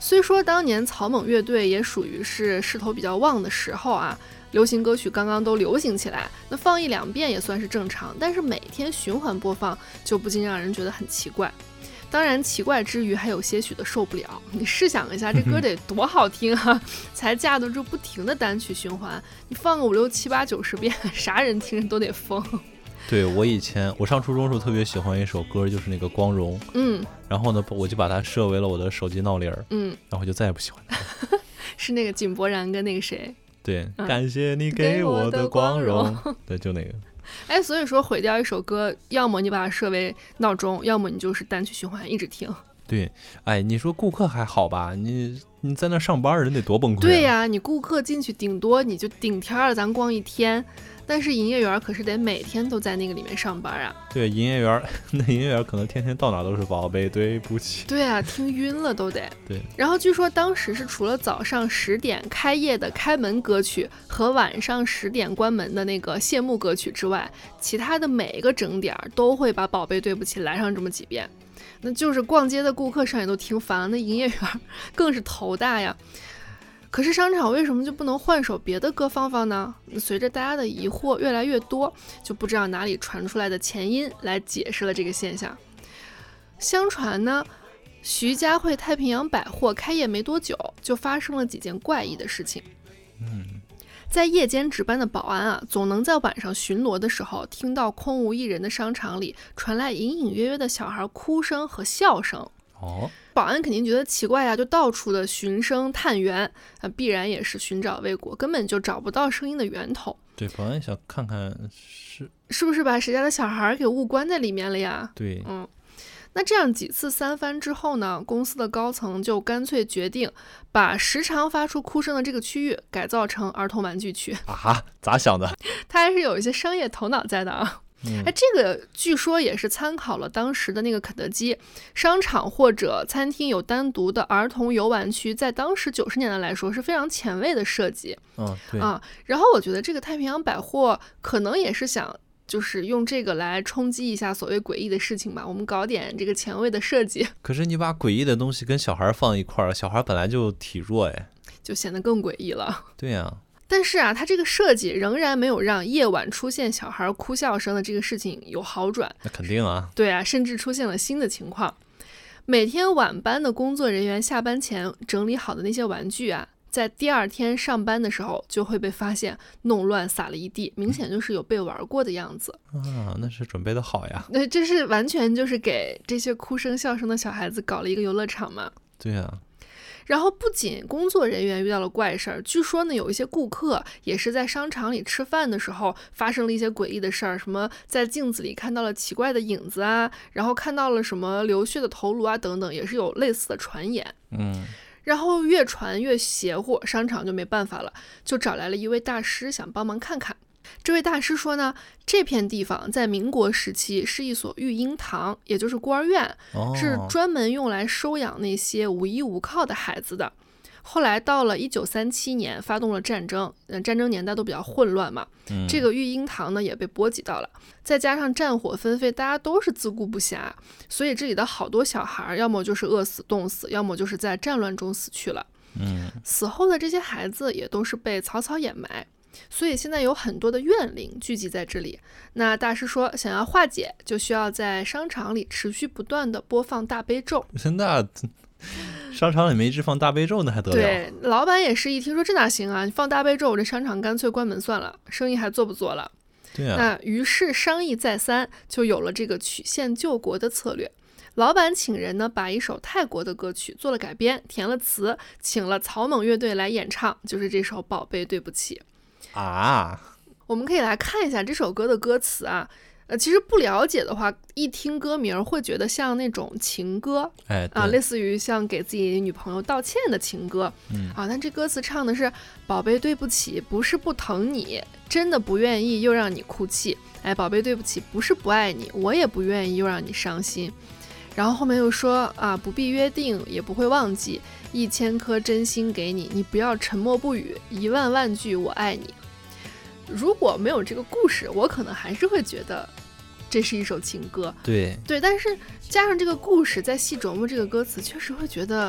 虽说当年草蜢乐队也属于是势头比较旺的时候啊，流行歌曲刚刚都流行起来，那放一两遍也算是正常，但是每天循环播放就不禁让人觉得很奇怪。当然奇怪之余还有些许的受不了，你试想一下这歌得多好听啊，才架得住不停的单曲循环，你放个五六七八九十遍，啥人听着都得疯。 对，我以前我上初中时候特别喜欢一首歌，就是那个光荣， 嗯， 然后呢我就把它设为了我的手机闹铃， 嗯， 然后我就再也不喜欢它了。 是那个井柏然跟那个谁， 对、 嗯、 感谢你给我的光荣，对，就那个。 哎，所以说毁掉一首歌，要么你把它设为闹钟，要么你就是单曲循环一直听。 对，哎，你说顾客还好吧，你你在那上班人得多崩溃啊。 对呀、啊，你顾客进去顶多你就顶天了，咱逛一天，但是营业员可是得每天都在那个里面上班啊。 对，营业员那营业员可能天天到哪都是宝贝对不起。 对啊，听晕了都得。 对， 然后据说当时是除了早上十点开业的开门歌曲和晚上十点关门的那个谢幕歌曲之外，其他的每一个整点都会把宝贝对不起来上这么几遍。那就是逛街的顾客上也都听烦了，那营业员更是头大呀。可是商场为什么就不能换首别的歌放放呢？随着大家的疑惑越来越多，就不知道哪里传出来的前因来解释了这个现象。相传呢，徐家汇太平洋百货开业没多久，就发生了几件怪异的事情。 嗯， 在夜间值班的保安啊，总能在晚上巡逻的时候，听到空无一人的商场里传来隐隐约约的小孩哭声和笑声。 哦， 保安肯定觉得奇怪呀，就到处的寻声探源，啊，必然也是寻找未果，根本就找不到声音的源头。 对，保安想看看是是不是把谁家的小孩给误关在里面了呀？ 对， 嗯。那这样几次三番之后呢，公司的高层就干脆决定把时常发出哭声的这个区域改造成儿童玩具区。 啊，咋想的？ 他还是有一些商业头脑在的啊。 嗯、 哎，这个据说也是参考了当时的那个肯德基商场或者餐厅有单独的儿童游玩区，在当时九十年代来说是非常前卫的设计。 嗯，对啊。然后我觉得这个太平洋百货可能也是想就是用这个来冲击一下所谓诡异的事情吧，我们搞点这个前卫的设计。 可是你把诡异的东西跟小孩放一块儿，小孩本来就体弱，哎， 就显得更诡异了。 对呀、啊。 但是啊，它这个设计仍然没有让夜晚出现小孩哭笑声的这个事情有好转。 那肯定啊。 对啊，甚至出现了新的情况。每天晚班的工作人员下班前整理好的那些玩具啊，在第二天上班的时候就会被发现弄乱撒了一地，明显就是有被玩过的样子啊，那是准备的好呀。 对，这是完全就是给这些哭声笑声的小孩子搞了一个游乐场嘛。 对呀、啊。 然后不仅工作人员遇到了怪事儿，据说呢有一些顾客也是在商场里吃饭的时候发生了一些诡异的事儿，什么在镜子里看到了奇怪的影子啊，然后看到了什么流血的头颅啊等等，也是有类似的传言。 嗯， 然后越传越邪乎，商场就没办法了，就找来了一位大师想帮忙看看。这位大师说呢，这片地方在民国时期是一所育婴堂，也就是孤儿院， 哦、 是专门用来收养那些无依无靠的孩子的。后来到了一九三七年，发动了战争，嗯，战争年代都比较混乱嘛， 嗯、 这个育婴堂呢也被波及到了，再加上战火纷飞，大家都是自顾不暇，所以这里的好多小孩，要么就是饿死冻死，要么就是在战乱中死去了。 嗯， 死后的这些孩子也都是被草草掩埋。所以现在有很多的怨灵聚集在这里。那大师说，想要化解，就需要在商场里持续不断的播放大悲咒。 那商场里没一直放大悲咒，那还得了？ 对，老板也是一听说这哪行啊？你放大悲咒，我这商场干脆关门算了，生意还做不做了？ 对啊。 那于是商议再三，就有了这个曲线救国的策略。老板请人呢，把一首泰国的歌曲做了改编，填了词，请了草蜢乐队来演唱，就是这首《宝贝对不起》。 啊， 我们可以来看一下这首歌的歌词啊，呃，其实不了解的话，一听歌名会觉得像那种情歌， 哎啊，类似于像给自己女朋友道歉的情歌， 嗯啊，但这歌词唱的是宝贝对不起，不是不疼你，真的不愿意又让你哭泣，哎，宝贝对不起，不是不爱你，我也不愿意又让你伤心。然后后面又说啊，不必约定，也不会忘记，一千颗真心给你，你不要沉默不语，一万万句我爱你。如果没有这个故事，我可能还是会觉得这是一首情歌。 对对，但是加上这个故事，再细琢磨这个歌词，确实会觉得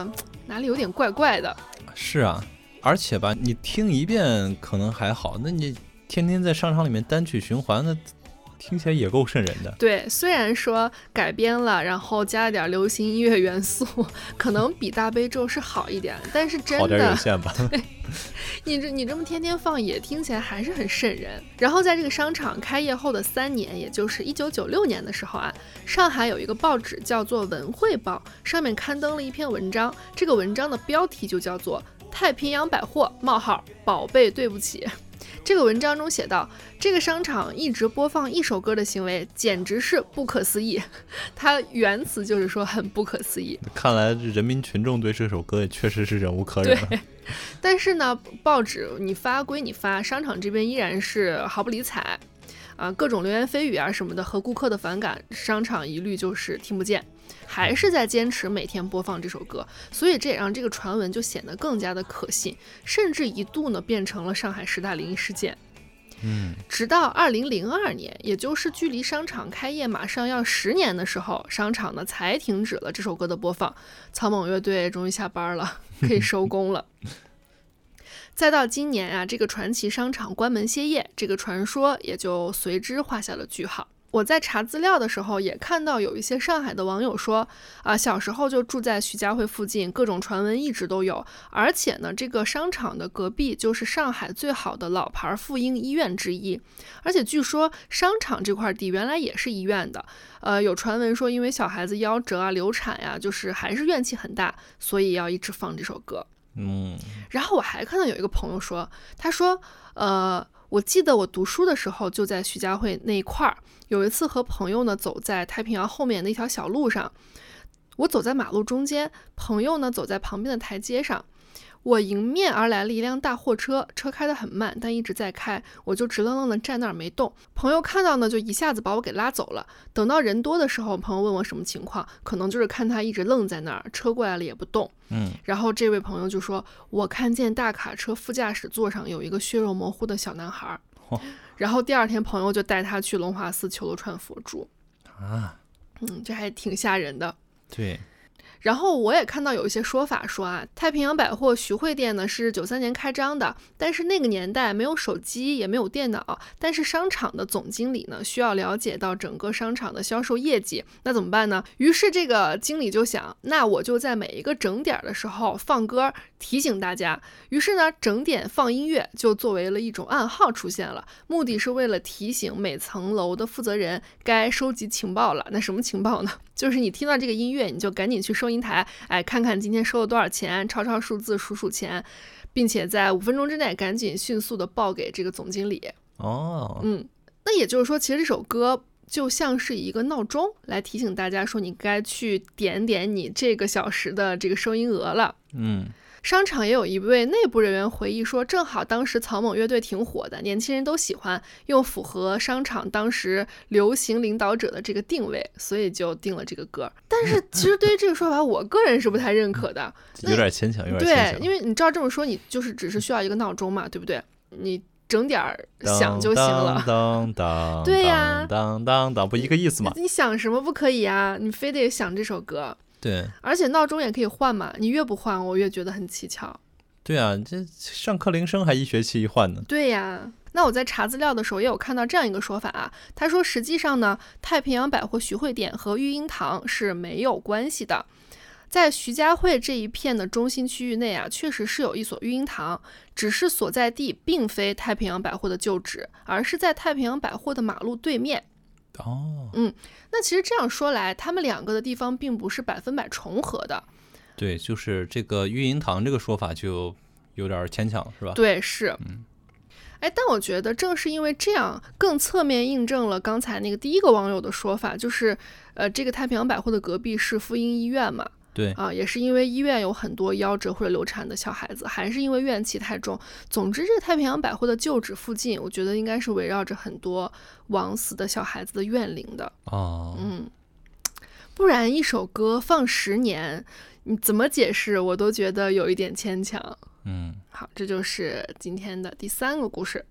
哪里有点怪怪的。 是啊，而且吧，你听一遍可能还好，那你天天在商场里面单曲循环，那听起来也够瘆人的。 对，虽然说改编了，然后加了点流行音乐元素，可能比大悲咒是好一点，但是真的好点有限吧。 你这你这么天天放也听起来还是很瘆人。然后在这个商场开业后的三年，也就是一九九六年的时候啊，上海有一个报纸叫做《文汇报》，上面刊登了一篇文章，这个文章的标题就叫做《太平洋百货冒号宝贝对不起》。这个文章中写道，这个商场一直播放一首歌的行为简直是不可思议。它原词就是说很不可思议。 看来人民群众对这首歌也确实是忍无可忍了。 对，但是呢，报纸你发归你发，商场这边依然是毫不理睬啊，各种流言蜚语啊什么的和顾客的反感，商场一律就是听不见，还是在坚持每天播放这首歌，所以这也让这个传闻就显得更加的可信，甚至一度呢变成了上海十大灵异事件。 嗯， 直到二零零二年，也就是距离商场开业马上要十年的时候，商场呢才停止了这首歌的播放，草蜢乐队终于下班了，可以收工了。再到今年啊，这个传奇商场关门歇业，这个传说也就随之画下了句号。我在查资料的时候也看到有一些上海的网友说啊，小时候就住在徐家汇附近，各种传闻一直都有，而且呢，这个商场的隔壁就是上海最好的老牌妇婴医院之一，而且据说商场这块地原来也是医院的，呃，有传闻说因为小孩子夭折啊、流产呀、啊，就是还是怨气很大，所以要一直放这首歌。 嗯， 然后我还看到有一个朋友说，他说，呃，我记得我读书的时候就在徐家汇那一块儿，有一次和朋友呢走在太平洋后面那条小路上，我走在马路中间，朋友呢走在旁边的台阶上。我迎面而来了一辆大货车，车开得很慢，但一直在开，我就直愣愣的站那儿没动。朋友看到呢，就一下子把我给拉走了。等到人多的时候，朋友问我什么情况，可能就是看他一直愣在那儿，车过来了也不动。 嗯， 然后这位朋友就说，我看见大卡车副驾驶座上有一个血肉模糊的小男孩。 哦、 然后第二天朋友就带他去龙华寺求了串佛珠。 啊， 嗯，这还挺吓人的。 对。 然后我也看到有一些说法说啊，太平洋百货徐汇店呢是九三年开张的，但是那个年代没有手机也没有电脑，但是商场的总经理呢需要了解到整个商场的销售业绩，那怎么办呢？于是这个经理就想，那我就在每一个整点的时候放歌提醒大家，于是呢整点放音乐就作为了一种暗号出现了，目的是为了提醒每层楼的负责人该收集情报了。那什么情报呢？就是你听到这个音乐，你就赶紧去收银台，哎，看看今天收了多少钱，抄抄数字，数数钱，并且在五分钟之内赶紧迅速的报给这个总经理。 哦， 嗯，那也就是说，其实这首歌就像是一个闹钟，来提醒大家说你该去点点你这个小时的这个收银额了。 嗯。 商场也有一位内部人员回忆说，正好当时草蜢乐队挺火的，年轻人都喜欢，又符合商场当时流行领导者的这个定位，所以就定了这个歌。但是其实对于这个说法，我个人是不太认可的， 有点牵强，有点牵强。 对，因为你照这么说，你就是只是需要一个闹钟嘛，对不对？你整点儿响就行了。 当当对呀， 当当当，不一个意思吗？ 你想什么不可以啊？你非得想这首歌。 对， 而且闹钟也可以换嘛，你越不换我越觉得很蹊跷。 对啊，这上课铃声还一学期一换呢。 对呀，那我在查资料的时候也有看到这样一个说法啊，他说实际上呢，太平洋百货徐汇店和育婴堂是没有关系的。在徐家汇这一片的中心区域内啊，确实是有一所育婴堂，只是所在地并非太平洋百货的旧址，而是在太平洋百货的马路对面。 哦， 嗯，那其实这样说来，他们两个的地方并不是百分百重合的。 对，就是这个育婴堂这个说法就有点牵强，是吧？ 对，是。 嗯， 哎，但我觉得正是因为这样，更侧面印证了刚才那个第一个网友的说法，就是，呃，这个太平洋百货的隔壁是妇婴医院嘛。 对啊，也是因为医院有很多夭折或者流产的小孩子，还是因为怨气太重。总之，这个太平洋百货的旧址附近，我觉得应该是围绕着很多枉死的小孩子的怨灵的。 哦， 嗯，不然一首歌放十年，你怎么解释，我都觉得有一点牵强。 嗯， 好，这就是今天的第三个故事。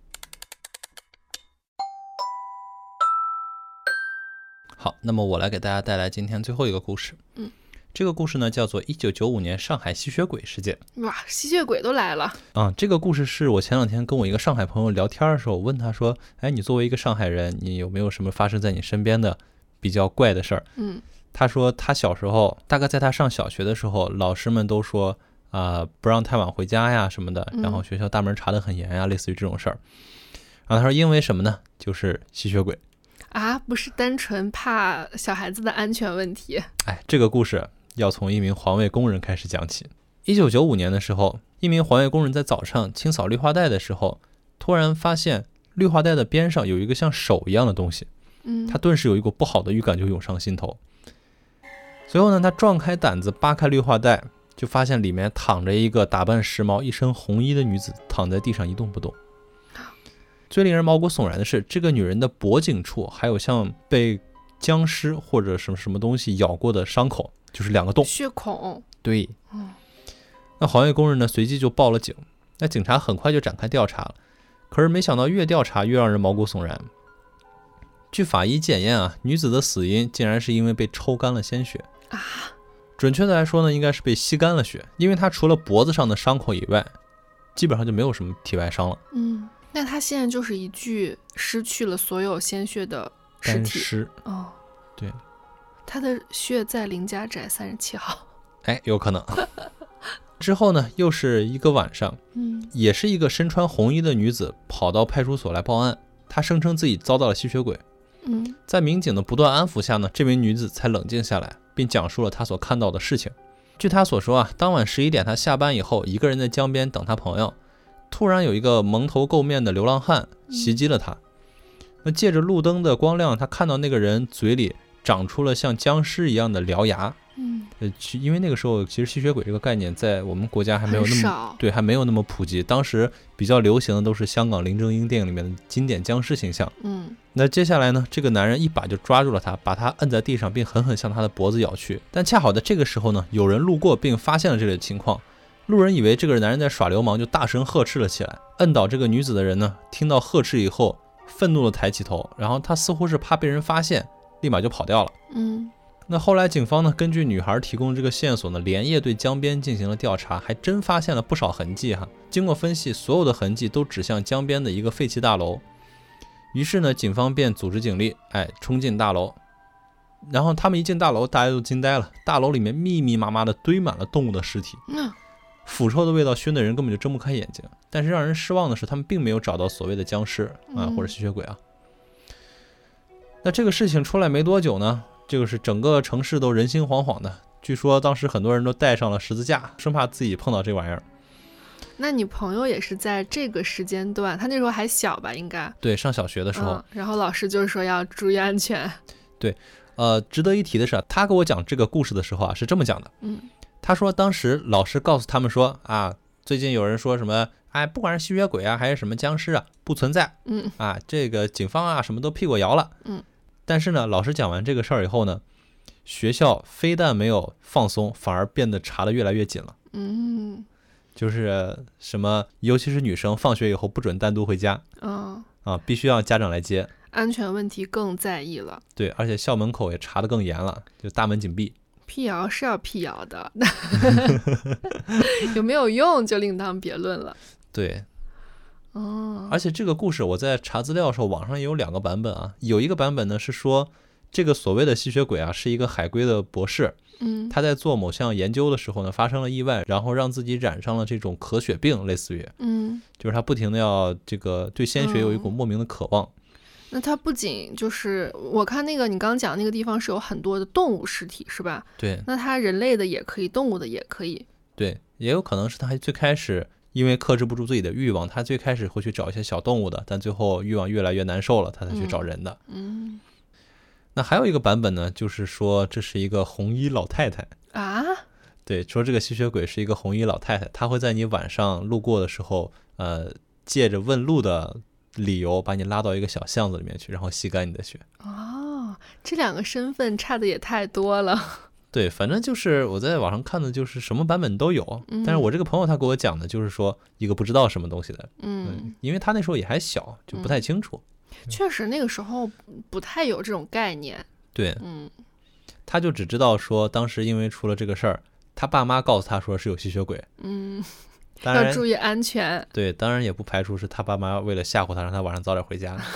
好， 那么我来给大家带来今天最后一个故事。 嗯。 这个故事呢叫做一九九五年上海吸血鬼事件。 哇，吸血鬼都来了啊！这个故事是我前两天跟我一个上海朋友聊天的时候，我问他说：“哎，你作为一个上海人，你有没有什么发生在你身边的比较怪的事儿？” 嗯， 他说他小时候，大概在他上小学的时候，老师们都说啊、呃、不让太晚回家呀什么的，然后学校大门查得很严呀，类似于这种事儿。然后他说因为什么呢？就是吸血鬼啊，不是单纯怕小孩子的安全问题。 哎，这个故事要从一名环卫工人开始讲起。一九九五年的时候，一名环卫工人在早上清扫绿化带的时候，突然发现绿化带的边上有一个像手一样的东西， 嗯， 他顿时有一股不好的预感就涌上心头。随后呢，他壮开胆子扒开绿化带，就发现里面躺着一个打扮时髦、一身红衣的女子，躺在地上一动不动。最令人毛骨悚然的是，这个女人的脖颈处还有像被僵尸或者什么什么东西咬过的伤口，就是两个洞， 血孔。 对， 嗯， 那环卫工人呢，随即就报了警。那警察很快就展开调查了，可是没想到越调查越让人毛骨悚然。据法医检验啊，女子的死因竟然是因为被抽干了鲜血啊。 准确的来说呢，应该是被吸干了血，因为她除了脖子上的伤口以外，基本上就没有什么体外伤了。 嗯，那她现在就是一具失去了所有鲜血的尸体。 干尸。 哦， 对， 她的血在林家宅三十七号。 哎，有可能。之后呢，又是一个晚上， 嗯， 也是一个身穿红衣的女子跑到派出所来报案，她声称自己遭到了吸血鬼。 嗯， 在民警的不断安抚下呢，这名女子才冷静下来，并讲述了她所看到的事情。据她所说啊，当晚十一点，她下班以后，一个人在江边等她朋友，突然有一个蒙头垢面的流浪汉袭击了她。嗯、那借着路灯的光亮，她看到那个人嘴里长出了像僵尸一样的獠牙。 嗯， 呃，因为那个时候其实吸血鬼这个概念在我们国家还没有那么对，还没有那么普及。当时比较流行的都是香港林正英电影里面的经典僵尸形象。 嗯， 那接下来呢，这个男人一把就抓住了他，把他摁在地上，并狠狠向他的脖子咬去。但恰好在这个时候呢，有人路过并发现了这类情况。路人以为这个男人在耍流氓，就大声呵斥了起来。摁倒这个女子的人呢，听到呵斥以后，愤怒地抬起头，然后他似乎是怕被人发现，立马就跑掉了。 嗯。 那后来警方呢，根据女孩提供这个线索呢，连夜对江边进行了调查，还真发现了不少痕迹哈。经过分析，所有的痕迹都指向江边的一个废弃大楼。于是呢，警方便组织警力，哎，冲进大楼。然后他们一进大楼，大家都惊呆了，大楼里面密密麻麻的堆满了动物的尸体， 嗯， 腐臭的味道熏得人根本就睁不开眼睛。但是让人失望的是，他们并没有找到所谓的僵尸啊或者吸血鬼啊。那这个事情出来没多久呢，这个是整个城市都人心惶惶的。据说当时很多人都带上了十字架，生怕自己碰到这玩意儿。 那你朋友也是在这个时间段，他那时候还小吧？应该对，上小学的时候。 嗯、然后老师就说要注意安全。 对，呃，值得一提的是，他给我讲这个故事的时候啊，是这么讲的。 嗯， 他说当时老师告诉他们说啊，最近有人说什么，哎，不管是吸血鬼啊，还是什么僵尸啊，不存在。 嗯啊，这个警方啊，什么都屁股摇了。 嗯。 但是呢，老师讲完这个事儿以后呢，学校非但没有放松，反而变得查得越来越紧了。 嗯， 就是什么，尤其是女生，放学以后不准单独回家。 嗯、 啊，必须让家长来接。 安全问题更在意了。 对，而且校门口也查得更严了，就大门紧闭。 辟谣是要辟谣的，有没有用就另当别论了。 对。 哦， 而且这个故事我在查资料的时候，网上也有两个版本啊。有一个版本呢是说，这个所谓的吸血鬼啊，是一个海归的博士， 嗯， 他在做某项研究的时候呢，发生了意外，然后让自己染上了这种咳血病，类似于， 嗯， 就是他不停的要这个对鲜血有一股莫名的渴望。 嗯、那他不仅就是我看那个你刚刚讲那个地方是有很多的动物尸体是吧？ 对， 那他人类的也可以，动物的也可以。 对，也有可能是他最开始因为克制不住自己的欲望，他最开始会去找一些小动物的，但最后欲望越来越难受了，他才去找人的。 嗯，嗯， 那还有一个版本呢，就是说这是一个红衣老太太啊。 对，说这个吸血鬼是一个红衣老太太，她会在你晚上路过的时候，呃，借着问路的理由把你拉到一个小巷子里面去，然后吸干你的血。 哦，这两个身份差的也太多了。 对，反正就是我在网上看的，就是什么版本都有。 嗯、 但是我这个朋友他给我讲的就是说一个不知道什么东西的， 嗯， 嗯因为他那时候也还小，就不太清楚。 嗯、确实那个时候不太有这种概念。 对， 嗯。 他就只知道说当时因为出了这个事儿，他爸妈告诉他说是有吸血鬼。 嗯， 当然要注意安全。 对，当然也不排除是他爸妈为了吓唬他，让他晚上早点回家。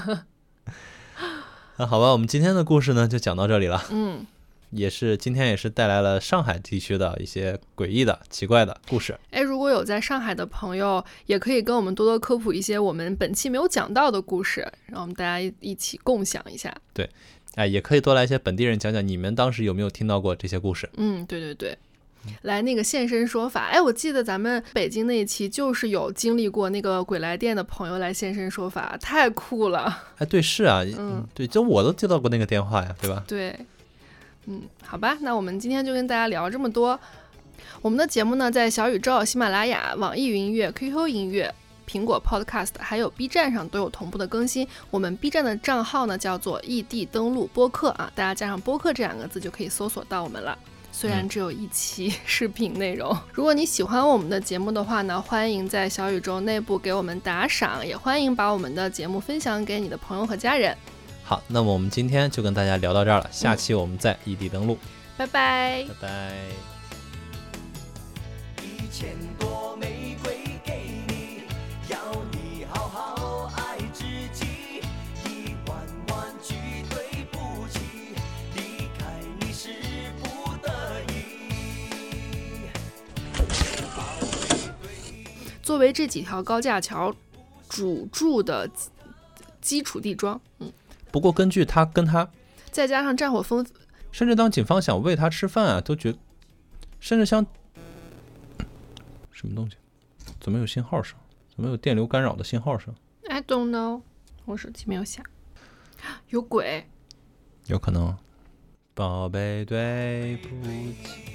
那好吧，我们今天的故事呢就讲到这里了。 嗯， 也是今天也是带来了上海地区的一些诡异的、奇怪的故事。 哎，如果有在上海的朋友，也可以跟我们多多科普一些我们本期没有讲到的故事，让我们大家一一起共享一下。 对，哎，也可以多来一些本地人讲讲你们当时有没有听到过这些故事。 嗯，对对对。来那个现身说法，哎，我记得咱们北京那一期就是有经历过那个鬼来电的朋友来现身说法，太酷了。 哎，对，是啊， 嗯， 对，就我都接到过那个电话呀，对吧？ 对，嗯，好吧，那我们今天就跟大家聊这么多。我们的节目呢，在小宇宙、喜马拉雅、网易云音乐、Q Q 音乐、苹果 Podcast 还有 B 站上都有同步的更新。我们 B 站的账号呢叫做异地登录播客啊，大家加上播客这两个字就可以搜索到我们了。虽然只有一期视频内容，如果你喜欢我们的节目的话呢，欢迎在小宇宙内部给我们打赏，也欢迎把我们的节目分享给你的朋友和家人。 好，那么我们今天就跟大家聊到这儿了，下期我们再异地登录。 嗯，拜拜， 拜拜。 一千朵玫瑰给你，要你好好爱自己。一万万句对不起，离开你是不得已。 作为这几条高架桥主柱的基础地桩，嗯， 不过根据他跟他， 再加上战火纷， 甚至当警方想喂他吃饭啊，都觉，甚至像什么东西？怎么有信号声？怎么有电流干扰的信号声 ？I don't know， 我手机没有响，有鬼， 有可能。宝贝，对不起。